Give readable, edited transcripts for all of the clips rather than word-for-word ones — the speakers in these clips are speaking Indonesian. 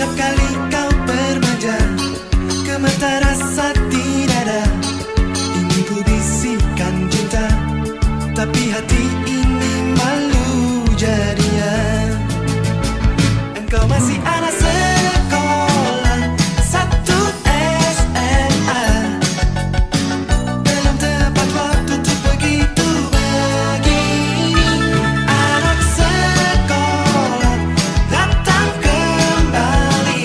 Setiap kali kau bermanja, gemetar rasa di dada. Ingin ku bisikan cinta, tapi hati ini malu jadinya. Engkau masih anak sekolah satu SMA. Belum tepat waktu untuk begitu begini. Anak sekolah datang kembali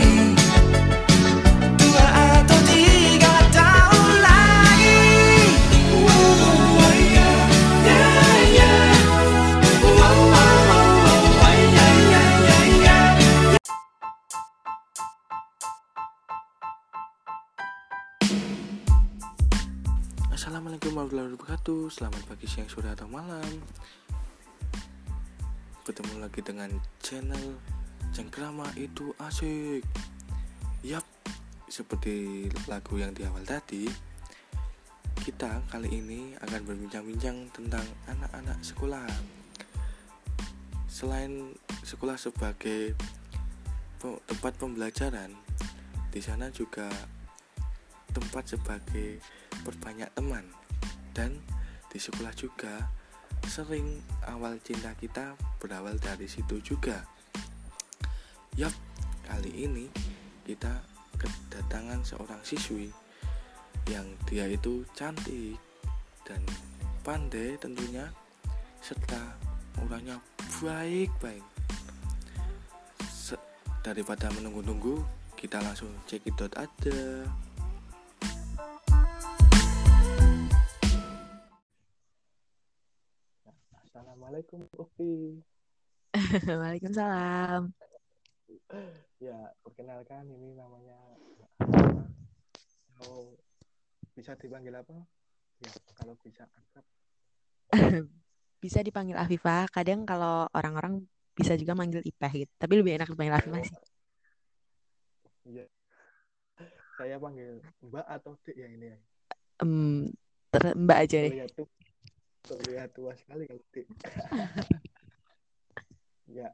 2 atau 3 tahun lagi. Wow, yeah, yeah, yeah. Wow, wow, wow, yeah, yeah, yeah, yeah. Assalamualaikum warahmatullahi wabarakatuh. Selamat pagi, siang, sore, atau malam. Ketemu lagi dengan channel Cengkrama Itu Asik. Yap, seperti lagu yang di awal tadi, kita kali ini akan berbincang-bincang tentang anak-anak sekolah. Selain sekolah sebagai tempat pembelajaran, di sana juga tempat sebagai perbanyak teman. Dan di sekolah juga sering awal cinta kita berawal dari situ juga. Yap, kali ini kita kedatangan seorang siswi yang dia itu cantik dan pandai tentunya, serta orangnya baik-baik. Daripada menunggu-nunggu, kita langsung cekidot aja. Assalamualaikum Ukti. Waalaikumsalam. Ya, perkenalkan, ini namanya kalau bisa dipanggil apa? Ya, kalau bisa akrab. Bisa dipanggil Afifah. Kadang kalau orang-orang bisa juga manggil Ipeh gitu. Tapi lebih enak dipanggil Afifah sih. Iya. Saya panggil Mbak atau Dek ya ini ya. Mbak aja deh. Terlihat tua sekali kalau Dek. Ya,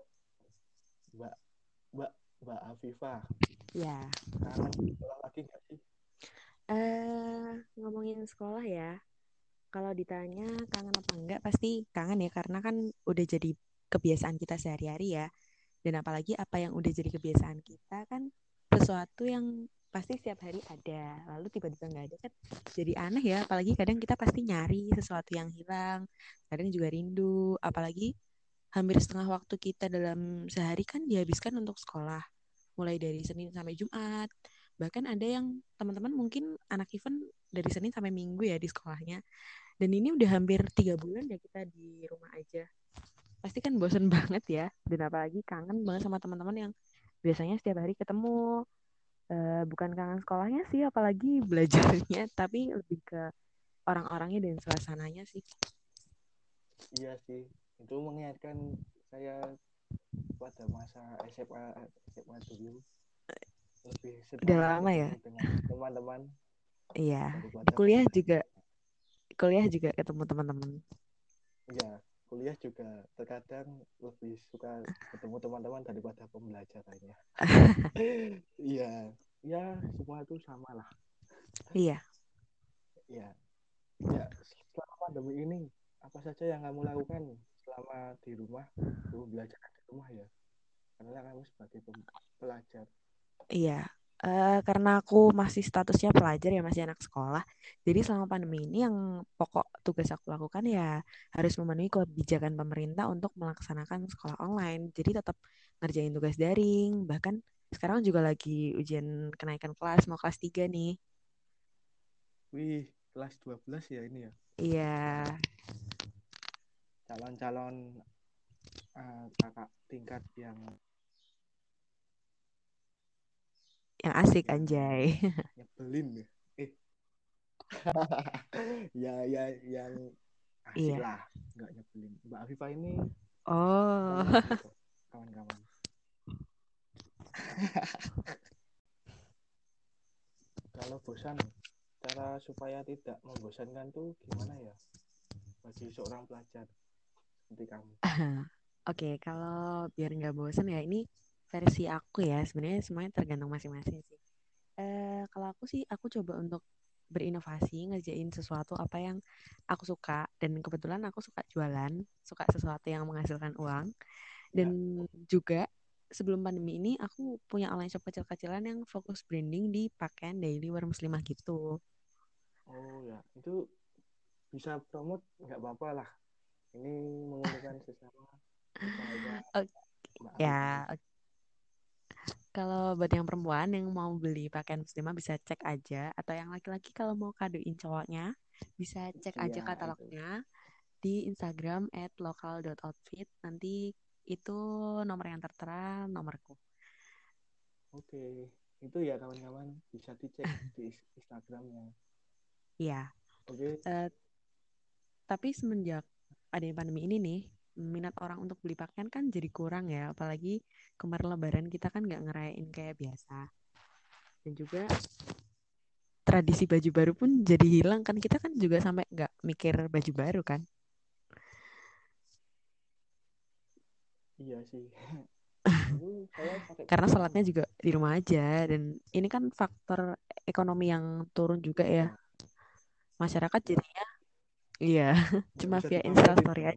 Mbak Afifah. Ya. Kangen sekolah lagi nggak sih? Ngomongin sekolah ya. Kalau ditanya kangen apa enggak, pasti kangen ya. Karena kan udah jadi kebiasaan kita sehari-hari ya. Dan apalagi apa yang udah jadi kebiasaan kita kan sesuatu yang pasti setiap hari ada, lalu tiba-tiba nggak ada kan jadi aneh ya. Apalagi kadang kita pasti nyari sesuatu yang hilang, kadang juga rindu. Apalagi hampir setengah waktu kita dalam sehari kan dihabiskan untuk sekolah, mulai dari Senin sampai Jumat. Bahkan ada yang teman-teman mungkin anak event dari Senin sampai Minggu ya di sekolahnya. Dan ini udah hampir 3 bulan ya kita di rumah aja. Pasti kan bosen banget ya. Dan apalagi kangen banget sama teman-teman yang biasanya setiap hari ketemu. Bukan kangen sekolahnya sih, apalagi belajarnya, tapi lebih ke orang-orangnya dan suasananya sih. Iya sih, itu mengingatkan saya pada masa SMA dulu. Lebih Udah senang lama ya. ketemu dengan teman-teman Iya. Di daripada kuliah pembelajaran. juga ketemu teman-teman. Iya, kuliah juga terkadang lebih suka ketemu teman-teman daripada pembelajarannya. Iya, ya semua itu sama lah. Iya. Ya, ya selama pandemi ini apa saja yang kamu lakukan selama di rumah, belajar di rumah ya? Karena kamu sebagai pelajar. Iya. Karena aku masih statusnya pelajar ya, masih anak sekolah. Jadi selama pandemi ini yang pokok tugas aku lakukan ya harus memenuhi kebijakan pemerintah untuk melaksanakan sekolah online. Jadi tetap ngerjain tugas daring. Bahkan sekarang juga lagi ujian kenaikan kelas, mau kelas 3 nih. Wih, kelas 12 ya ini ya. Iya. Calon-calon kakak tingkat yang Asik anjay. nyebelin ya. Ya yang asik Iya. lah, nggak nyebelin. Mbak Afifah ini Oh. apalagi tuh kawan-kawan. Kalau bosan, cara supaya tidak membosankan tuh gimana ya bagi seorang pelajar seperti kamu? Oke, kalau biar nggak bosan ya, ini versi aku ya, sebenarnya semuanya tergantung masing-masing sih. Kalau aku sih, aku coba untuk berinovasi, ngerjain sesuatu apa yang aku suka. Dan kebetulan aku suka jualan, suka sesuatu yang menghasilkan uang. Dan Ya. juga sebelum pandemi ini, aku punya online shop kecil-kecilan yang fokus branding di pakaian daily wear muslimah gitu. Oh ya, itu bisa promote nggak apa-apa lah. Ini menguntungkan sesama usaha-usaha Oke, Mbak Afifah ya, ini. kalau buat yang perempuan yang mau beli pakaian muslimah bisa cek aja. Atau yang laki-laki kalau mau kadoin cowoknya, bisa cek aja Iya itu. katalognya di Instagram @lokal.outfit. Nanti itu nomor yang tertera nomorku. Oke, itu ya kawan-kawan bisa dicek di Instagramnya. Iya, Oke, eh, tapi semenjak adanya pandemi ini nih, minat orang untuk beli pakaian kan jadi kurang ya. Apalagi kemarin Lebaran kita kan nggak ngerayain kayak biasa. Dan juga tradisi baju baru pun jadi hilang kan. Kita kan juga sampai nggak mikir baju baru kan. iya sih. Dulu saya pakai Karena baju sholatnya lama. juga di rumah aja. Dan ini kan faktor ekonomi yang turun juga ya. Iya, Masyarakat nggak jadinya, iya, nggak cuma bisa via dipamerin Instastory itu. aja.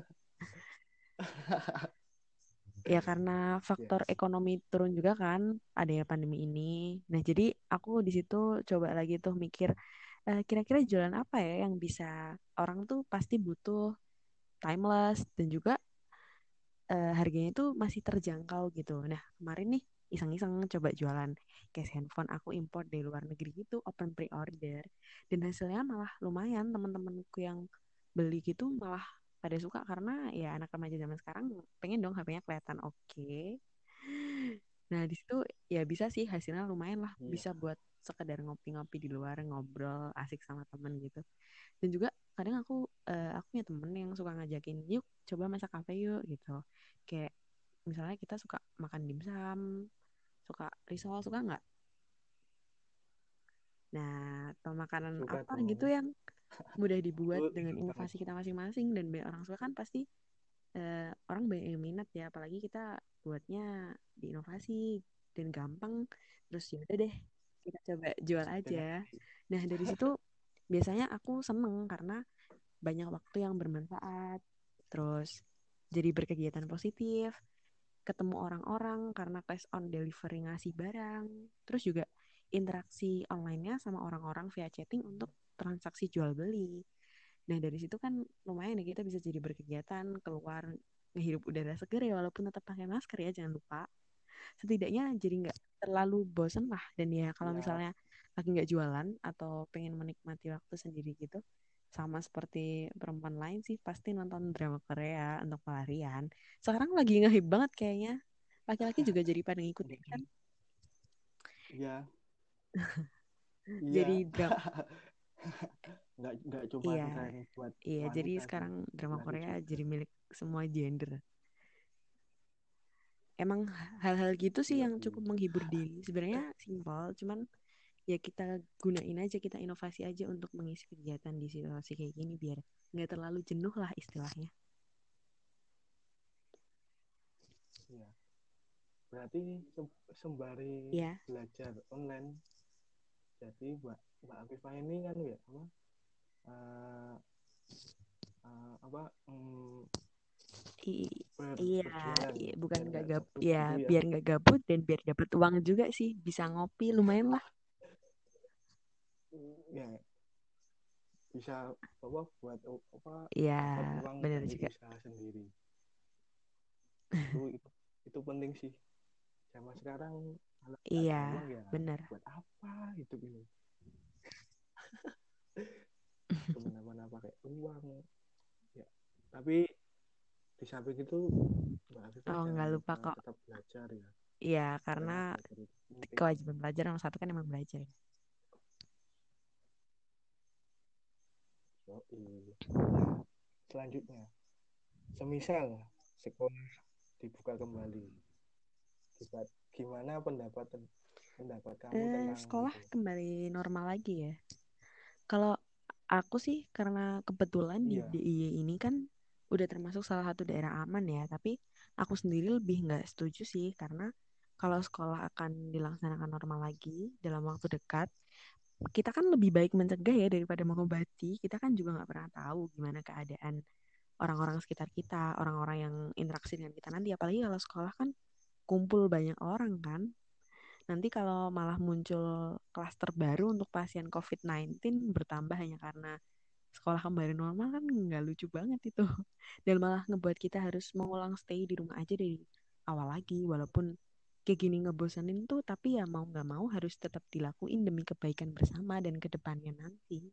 Ya karena Ya, faktor ekonomi turun juga kan, adanya pandemi ini. Nah jadi aku di situ coba lagi tuh mikir, kira-kira jualan apa ya yang bisa orang tuh pasti butuh, timeless, dan juga harganya tuh masih terjangkau gitu. Nah kemarin nih iseng-iseng coba jualan case handphone aku import dari luar negeri gitu, open pre-order, dan hasilnya malah lumayan. Teman-temanku yang beli gitu malah pada suka karena ya anak remaja zaman sekarang pengen dong HP-nya kelihatan oke. Nah, di situ ya bisa sih hasilnya lumayan lah, iya, bisa buat sekedar ngopi-ngopi di luar, ngobrol asik sama temen gitu. Dan juga kadang aku punya temen yang suka ngajakin, yuk coba masak kafe yuk gitu. Kayak misalnya kita suka makan dimsum, suka risol, suka nggak? Nah, atau makanan suka apa gitu dong. yang mudah Itu dibuat dengan ikut banget. inovasi kita masing-masing dan banyak orang suka kan pasti orang banyak yang minat ya, apalagi kita buatnya diinovasi dan gampang, terus ya udah deh kita coba jual Dan aja. Nah dari situ biasanya aku seneng karena banyak waktu yang bermanfaat, terus jadi berkegiatan positif, ketemu orang-orang karena cash on delivery ngasih barang, terus juga interaksi online-nya sama orang-orang via chatting untuk transaksi jual beli. Nah, dari situ kan lumayan ya kita bisa jadi berkegiatan, keluar, ngehirup udara segar ya walaupun tetap pakai masker ya, jangan lupa. Setidaknya jadi nggak terlalu bosen lah. Dan ya kalau ya, misalnya lagi nggak jualan atau pengen menikmati waktu sendiri gitu, sama seperti perempuan lain sih pasti nonton drama Korea untuk pelarian. Sekarang lagi ngehip banget kayaknya. Laki-laki juga jadi pada ngikutin kan. iya, iya. Jadi drama, Nggak cuma iya, tren buat iya. Jadi wanita sih, sekarang drama laki-laki Korea juga. jadi milik semua gender. Emang hal-hal gitu sih Iya yang sih. cukup menghibur diri. Sebenarnya simpel, cuman ya kita gunain aja, kita inovasi aja untuk mengisi kegiatan di situasi kayak gini biar nggak terlalu jenuh lah istilahnya. Iya. Berarti sembari Ya, belajar online, jadi Mbak Afifah ini kan ya apa, eh, apa i- iya, berjualan iya, bukan biar nggak nggak gab, gabut ya gitu ya. biar nggak gabut dan biar dapat uang juga sih, bisa ngopi lumayan lah. Ya bisa apa buat apa Iya, dapat uang benar dari juga. usaha sendiri. Itu penting sih. Zaman sekarang kalau nggak Iya, ada uang ya benar. buat apa hidup ini? Kemana-mana pakai uang. Ya. Tapi di samping itu Mbak Afifah Oh, jangan nggak lupa lupa kok. tetap belajar ya. Iya, karena Karena belajar itu penting. kewajiban belajar nomor satu kan emang belajar. Yoi. Nah, selanjutnya, semisal sekolah dibuka kembali, gimana pendapat pendapat kamu tentang Sekolah itu? kembali normal lagi ya. Kalau aku sih karena kebetulan di Iya, DIY ini kan udah termasuk salah satu daerah aman ya, tapi aku sendiri lebih nggak setuju sih, karena kalau sekolah akan dilaksanakan normal lagi dalam waktu dekat, kita kan lebih baik mencegah ya daripada mengobati. Kita kan juga nggak pernah tahu gimana keadaan orang-orang sekitar kita, orang-orang yang interaksi dengan kita nanti. Apalagi kalau sekolah kan kumpul banyak orang kan. Nanti kalau malah muncul klaster baru untuk pasien COVID-19 bertambah hanya karena sekolah kembali normal, kan nggak lucu banget itu. Dan malah ngebuat kita harus mengulang stay di rumah aja dari awal lagi. Walaupun kayak gini ngebosenin tuh, tapi ya mau nggak mau harus tetap dilakuin demi kebaikan bersama dan ke depannya nanti.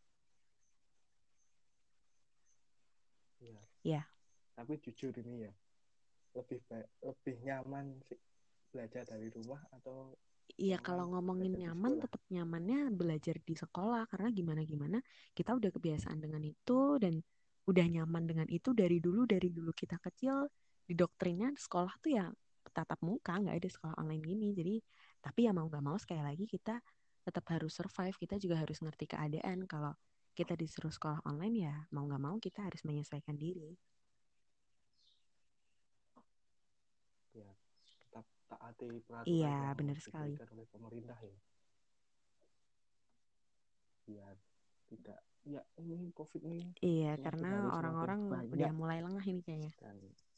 Ya, Ya, tapi jujur ini ya, lebih nyaman sih belajar dari rumah atau iya, kalau nyaman ngomongin belajar di nyaman, sekolah? tetap nyamannya belajar di sekolah, karena gimana-gimana kita udah kebiasaan dengan itu dan udah nyaman dengan itu dari dulu kita kecil, didoktrinnya sekolah tuh ya tatap muka, nggak ada sekolah online gini. Jadi tapi ya mau nggak mau sekali lagi kita tetap harus survive, kita juga harus ngerti keadaan. Kalau kita disuruh sekolah online ya mau nggak mau kita harus menyesuaikan diri. Ya, tetap taati Iya, peraturan yang benar sekali. diberikan oleh pemerintah ya, biar tidak, ya ini COVID ini Iya, semakin karena hari semakin orang-orang udah banyak mulai lengah ini kayaknya. dan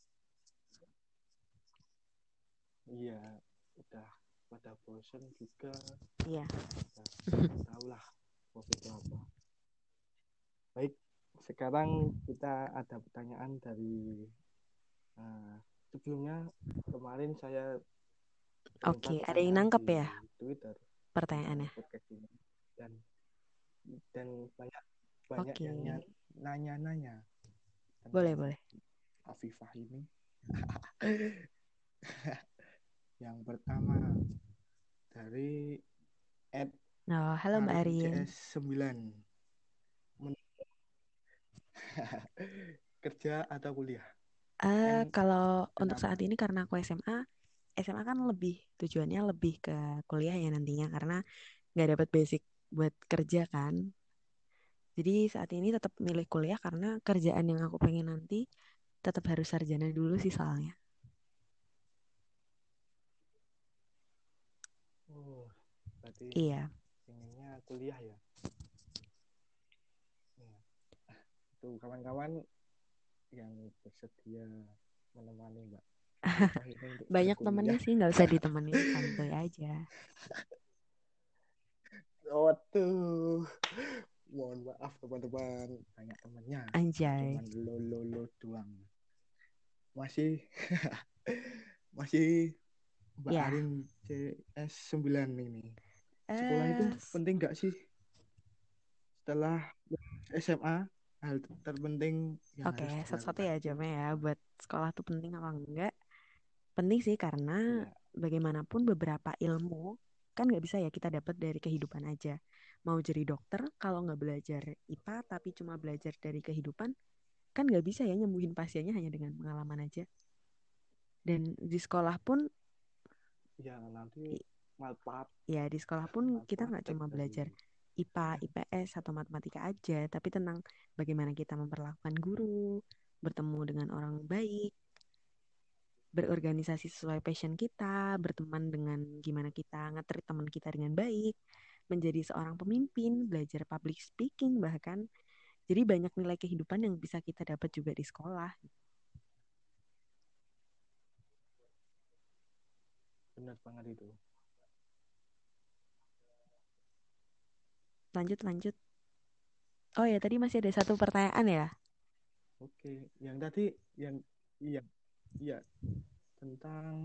iya udah pada bosen juga. Iya. Ya, tahulah COVID itu apa. Baik, sekarang kita ada pertanyaan dari uh, sebelumnya. Kemarin saya Oke, terima ada yang pertanyaan nangkep di ya Twitter tentang pertanyaannya? podcast ini, dan banyak banyak Oke, yang nanya-nanya boleh, tentang boleh. Afifah ini. Yang pertama dari Ed Oh, halo Mbak Arin Arin. CS 9, kerja atau kuliah? Kalau untuk Kenapa? saat ini karena aku SMA kan lebih tujuannya lebih ke kuliah ya nantinya karena nggak dapat basic buat kerja kan. Jadi saat ini tetap milih kuliah karena kerjaan yang aku pengen nanti tetap harus sarjana dulu sih soalnya. Oh, berarti Iya, pengennya kuliah ya. Ya. Itu kawan-kawan yang bersedia menemani Mbak Afifah ini untuk banyak temennya berkuliah. sih, nggak usah ditemenin, santuy aja. Waduh, mohon maaf teman-teman, banyak temannya, nggak Anjay. cuman lo doang. Masih masih Mbak Ya, Arin CS 9 ini. Sekolah itu eh penting nggak sih setelah SMA? Hal terpenting yang oke, harus satu-satu dilakukan ya itu jawabnya ya apa? buat sekolah tuh penting apa enggak? Penting sih karena Ya, bagaimanapun beberapa ilmu kan nggak bisa ya kita dapat dari kehidupan aja. Mau jadi dokter kalau nggak belajar IPA tapi cuma belajar dari kehidupan kan nggak bisa ya nyembuhin pasiennya hanya dengan pengalaman aja. Dan di sekolah pun ya nanti i- malprak ya di sekolah pun kita nggak malpraktek cuma dari. belajar IPA, IPS atau matematika aja, tapi tentang bagaimana kita memperlakukan guru, bertemu dengan orang baik, berorganisasi sesuai passion kita, berteman dengan gimana kita nge-treat teman kita dengan baik, menjadi seorang pemimpin, belajar public speaking bahkan. Jadi banyak nilai kehidupan yang bisa kita dapat juga di sekolah. Benar banget itu. Lanjut, lanjut. Oh ya, tadi masih ada satu pertanyaan ya. Oke, yang tadi yang iya iya tentang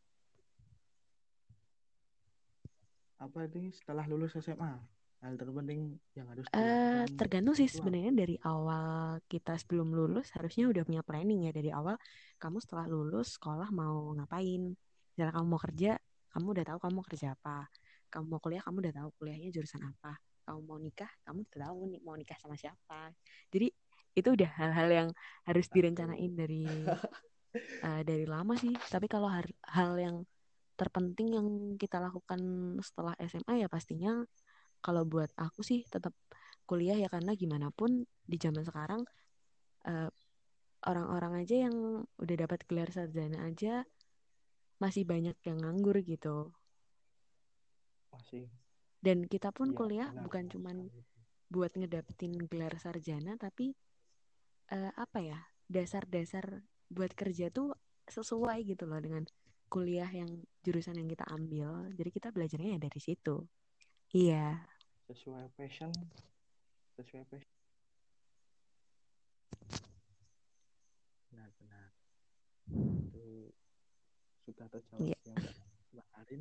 apa ini setelah lulus SMA, hal terpenting yang harus dilakukan Tergantung sih itu apa sebenarnya dari itu? awal kita sebelum lulus harusnya udah punya planning ya dari awal kamu setelah lulus sekolah mau ngapain. Misalnya kamu mau kerja, kamu udah tahu kamu mau kerja apa. Kamu mau kuliah, kamu udah tahu kuliahnya jurusan apa. Kamu mau nikah, kamu udah tahu nih mau nikah sama siapa. Jadi itu udah hal-hal yang harus Aduh, direncanain dari lama sih. Tapi kalau hal yang terpenting yang kita lakukan setelah SMA ya pastinya kalau buat aku sih tetap kuliah ya karena gimana pun di zaman sekarang eh, orang-orang aja yang udah dapat gelar sarjana aja masih banyak yang nganggur gitu. Masih, Dan kita pun iya kuliah benar bukan benar cuman sekali. buat ngedapetin gelar sarjana, tapi apa ya, dasar-dasar buat kerja tuh sesuai gitu loh dengan kuliah yang jurusan yang kita ambil. Jadi kita belajarnya ya dari situ. Iya, Sesuai passion, sesuai passion. Benar-benar itu sudah terjawab iya. ya Mbak Arin.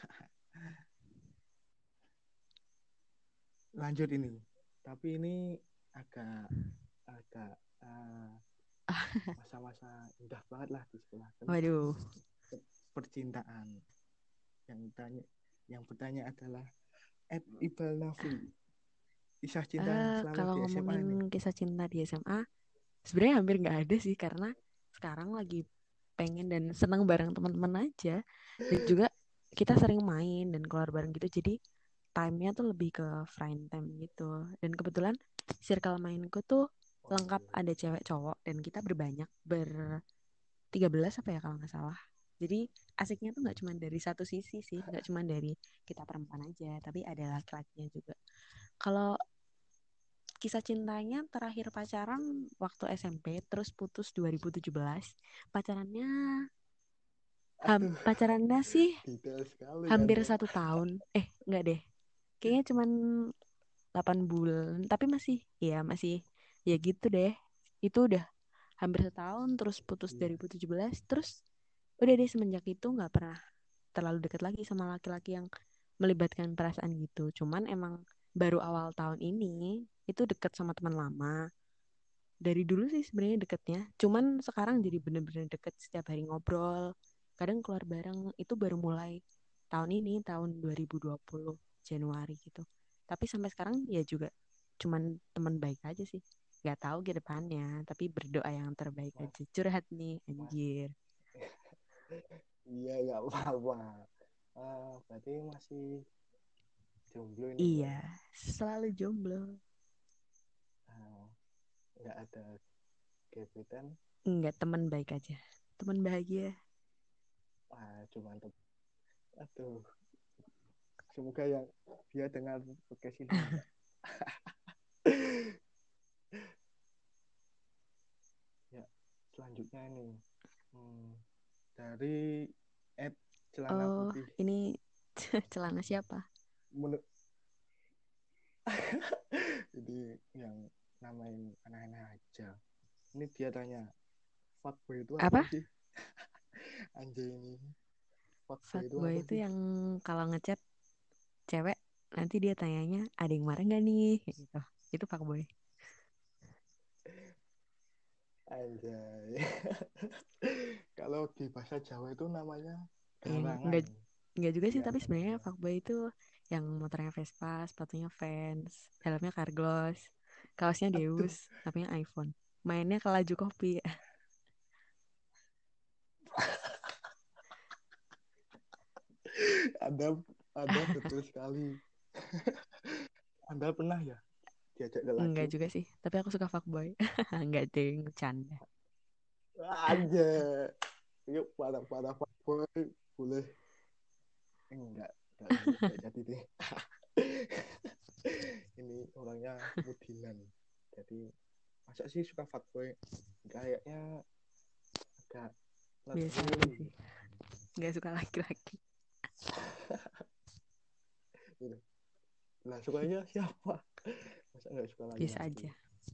Lanjut ini, tapi ini agak agak masa-masa indah banget lah di sekolah kan. Waduh. Percintaan yang tanya, yang bertanya adalah Ed Ibal Nafi, kisah cinta selama Kalau di SMA ngomongin ini. kisah cinta di SMA, sebenarnya hampir nggak ada sih karena sekarang lagi pengen dan senang bareng teman-teman aja. Dan juga kita sering main dan keluar bareng gitu. Jadi time-nya tuh lebih ke friend time gitu. Dan kebetulan circle mainku tuh lengkap, Waduh, ada cewek cowok dan kita berbanyak, 13 apa ya kalau nggak salah. Jadi asiknya tuh nggak cuma dari satu sisi sih, nggak cuma dari kita perempuan aja, tapi ada laki-lakinya juga. Kalau kisah cintanya terakhir pacaran waktu SMP, terus putus 2017. Pacarannya aduh, pacarannya sih detail sekali hampir Anda. 1 tahun. Enggak deh. Kayaknya cuman 8 bulan, tapi masih, ya masih, ya gitu deh. Itu udah hampir setahun, terus putus Iya, 2017, terus udah deh semenjak itu nggak pernah terlalu dekat lagi sama laki-laki yang melibatkan perasaan gitu. Cuman emang baru awal tahun ini itu deket sama teman lama. Dari dulu sih sebenarnya deketnya, cuman sekarang jadi bener-bener deket, setiap hari ngobrol, kadang keluar bareng. Itu baru mulai tahun ini, tahun 2020 Januari gitu. Tapi sampai sekarang ya juga cuman teman baik aja sih, nggak tahu ke depannya, tapi berdoa yang terbaik mas, aja. Curhat nih mas, anjir. iya nggak apa-apa. Berarti masih jomblo ini ya. Iya, selalu jomblo. Ah, nggak ada gebetan. Nggak, teman baik aja, teman bahagia. Cuman aduh, semoga yang dia dengar podcast ini ya. Ya, selanjutnya ini, hmm, dari Ed Celana Oh, Putih. ini celana siapa? Menurut jadi yang namain aneh-aneh aja. Ini dia tanya, fuckboy itu apa Apa? sih? Anjay ini, fuckboy itu Fuckboy apa itu sih? yang kalau ngechat cewek nanti dia tanyanya ada yang marah nggak nih, kayak gitu. Itu fuckboy. Anjay. Kalau di bahasa Jawa itu namanya Iya, garangan. nggak juga sih, Iya tapi kan sebenarnya ya. fuckboy itu yang motornya Vespa, sepatunya Vans, helmnya Carglass, kaosnya Aduh, Deus, HP-nya iPhone, mainnya ke laju kopi. Anda Anda betul sekali. Anda pernah ya diajak ke Enggak laju? juga sih, tapi aku suka fuckboy. Enggak ding, bercanda. Aja. Yuk para fuckboy boleh. Enggak jadi deh. Ini orangnya mudinan. Jadi masa sih suka fuckboy? Kayaknya agak Biasa aja letih. sih, nggak suka laki-laki. Gitu. Lah sukanya siapa? Masa nggak suka Biasa laki-laki? aja.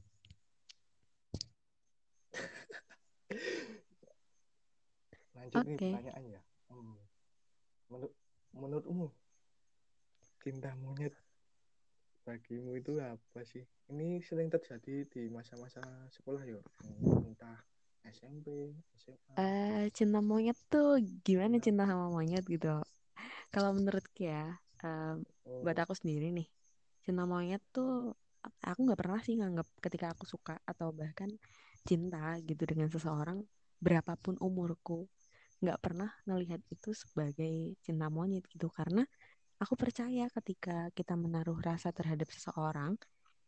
Lanjut nih Oke. pertanyaan ya. Menurutmu cinta monyet bagimu itu apa sih? Ini sering terjadi di masa-masa sekolah ya. Entah SMP, SMA, Cinta monyet tuh gimana, kuliah. cinta sama monyet gitu? Kalau menurutku ya, eh, buat Oh, aku sendiri nih, cinta monyet tuh aku nggak pernah sih nganggap ketika aku suka atau bahkan cinta gitu dengan seseorang, berapapun umurku, nggak pernah ngelihat itu sebagai cinta monyet gitu, karena aku percaya ketika kita menaruh rasa terhadap seseorang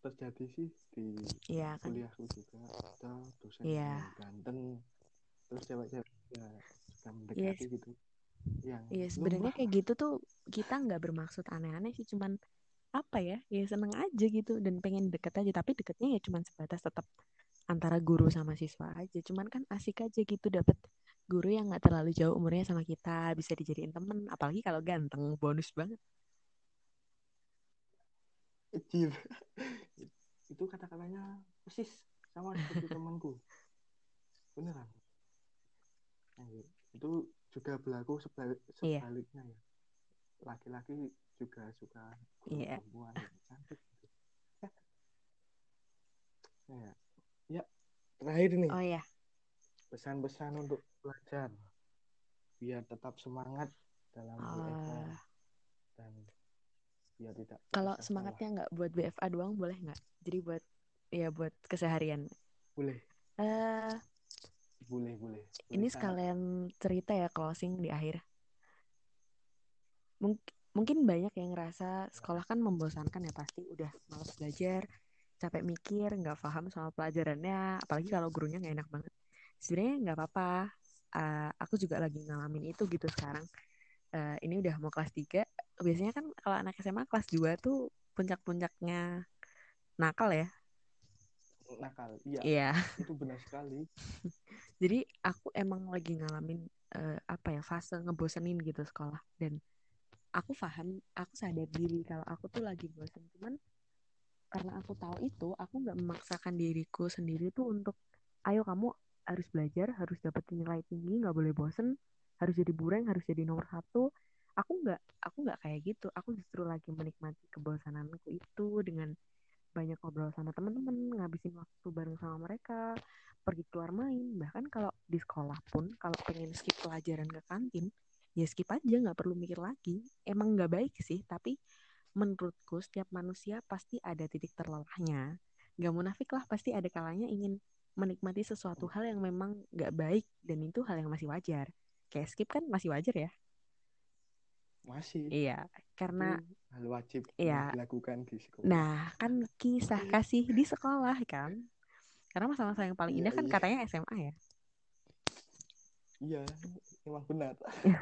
terjadi sih di Iya kan? kuliahku juga ada dosen Iya. yang ganteng, terus cewek-cewek juga suka Iya, mendekati gitu, yang iya sebenarnya lembah kayak lah. gitu tuh kita nggak bermaksud aneh-aneh sih, cuman apa ya, ya seneng aja gitu dan pengen deket aja, tapi deketnya ya cuman sebatas tetap antara guru sama siswa aja. Cuman kan asik aja gitu dapet guru yang nggak terlalu jauh umurnya sama kita, bisa dijadiin temen, apalagi kalau ganteng, bonus banget. Ejir. Itu kata-katanya persis sama seperti temanku, beneran. Nah, itu juga berlaku Iya, sebaliknya ya, laki-laki juga suka guru iya. perempuan yang cantik gitu. Ya, ya, terakhir nih, Oh ya, pesan-pesan untuk belajar biar tetap semangat dalam WFA eh, dan biar tidak kalau putus asa lah. semangatnya nggak buat BFA doang boleh nggak? Jadi buat, ya buat keseharian. Boleh, Eh, boleh. ini Semisal, sekalian cerita ya, closing di akhir. Mungkin banyak yang ngerasa sekolah kan membosankan ya, pasti udah malas belajar, capek mikir, nggak paham sama pelajarannya, apalagi kalau gurunya nggak enak banget. Sebenarnya nggak apa-apa. Aku juga lagi ngalamin itu gitu sekarang. Ini udah mau kelas 3. Biasanya kan kalau anak SMA kelas 2 tuh puncak-puncaknya nakal ya. nakal, iya, Iya. itu benar sekali. Jadi aku emang lagi ngalamin apa ya, fase ngebosenin gitu sekolah, dan aku paham, aku sadar diri kalau aku tuh lagi bosen. Cuman karena aku tahu itu, aku nggak memaksakan diriku sendiri tuh untuk, ayo kamu harus belajar, harus dapat nilai tinggi, nggak boleh bosen, harus jadi bureng, harus jadi nomor satu. Aku nggak kayak gitu. Aku justru lagi menikmati kebosananku itu dengan banyak ngobrol sama teman-teman, ngabisin waktu bareng sama mereka, pergi keluar main. Bahkan kalau di sekolah pun, kalau pengen skip pelajaran ke kantin, ya skip aja, nggak perlu mikir lagi. Emang nggak baik sih, tapi menurutku setiap manusia pasti ada titik terlelahnya. Gak munafik lah, pasti ada kalanya ingin menikmati sesuatu hal yang memang gak baik, dan itu hal yang masih wajar. Kayak skip kan masih wajar ya. Masih, Iya, itu karena hal wajib yang ya, dilakukan di sekolah. nah kan kisah kasih di sekolah kan. Karena masa-masa yang paling Iya, indah kan iya, katanya SMA ya. iya, emang benar.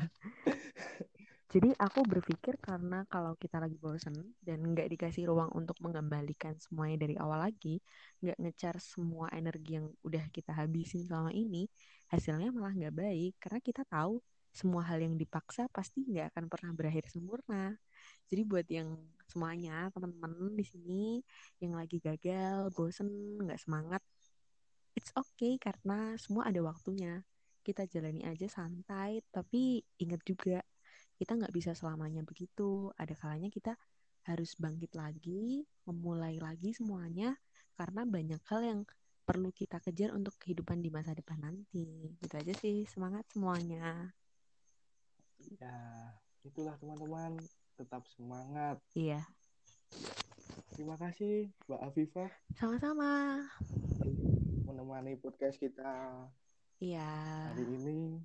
Jadi aku berpikir, karena kalau kita lagi bosen dan nggak dikasih ruang untuk mengembalikan semuanya dari awal lagi, nggak ngecar semua energi yang udah kita habisin selama ini, hasilnya malah nggak baik. Karena kita tahu semua hal yang dipaksa pasti nggak akan pernah berakhir sempurna. Jadi buat yang semuanya, teman-teman di sini yang lagi gagal, bosen, nggak semangat, it's okay karena semua ada waktunya. Kita jalani aja santai, tapi ingat juga kita nggak bisa selamanya begitu. Ada kalanya kita harus bangkit lagi, memulai lagi semuanya, karena banyak hal yang perlu kita kejar untuk kehidupan di masa depan nanti. Gitu aja sih, semangat semuanya. Ya, itulah teman-teman, tetap semangat. Iya, Terima kasih Mbak Afifah sama-sama. menemani podcast kita Iya, hari ini.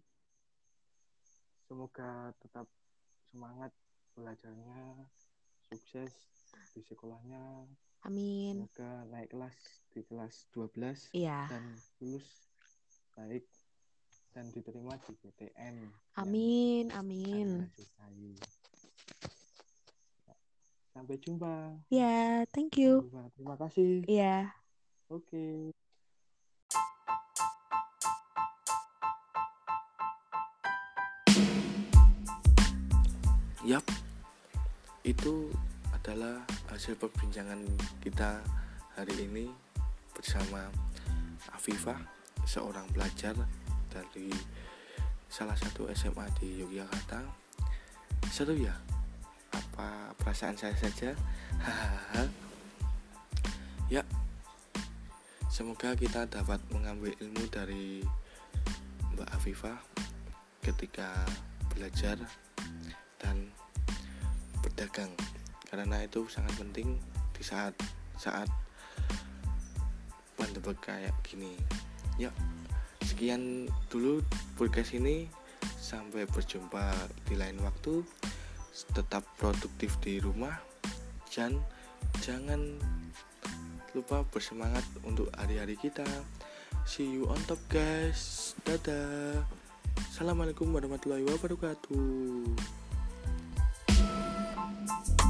Semoga tetap semangat belajarnya, sukses di sekolahnya. amin. Semoga naik kelas di kelas 12 Iya, dan lulus baik dan diterima di PTN yang amin, amin. Anda sukai. Sampai jumpa. Iya, thank you. Terima kasih. Iya. Oke. Yap, itu adalah hasil perbincangan kita hari ini bersama Afifah, seorang pelajar dari salah satu SMA di Yogyakarta. Seru ya? Apa perasaan saya saja? Hahaha. Ya, semoga kita dapat mengambil ilmu dari Mbak Afifah ketika belajar dan berdagang, karena itu sangat penting di saat pandemi kayak gini. Ya, sekian dulu podcast ini, sampai berjumpa di lain waktu. Tetap produktif di rumah dan jangan lupa bersemangat untuk hari-hari kita. See you on top guys. Dadah. Assalamualaikum warahmatullahi wabarakatuh.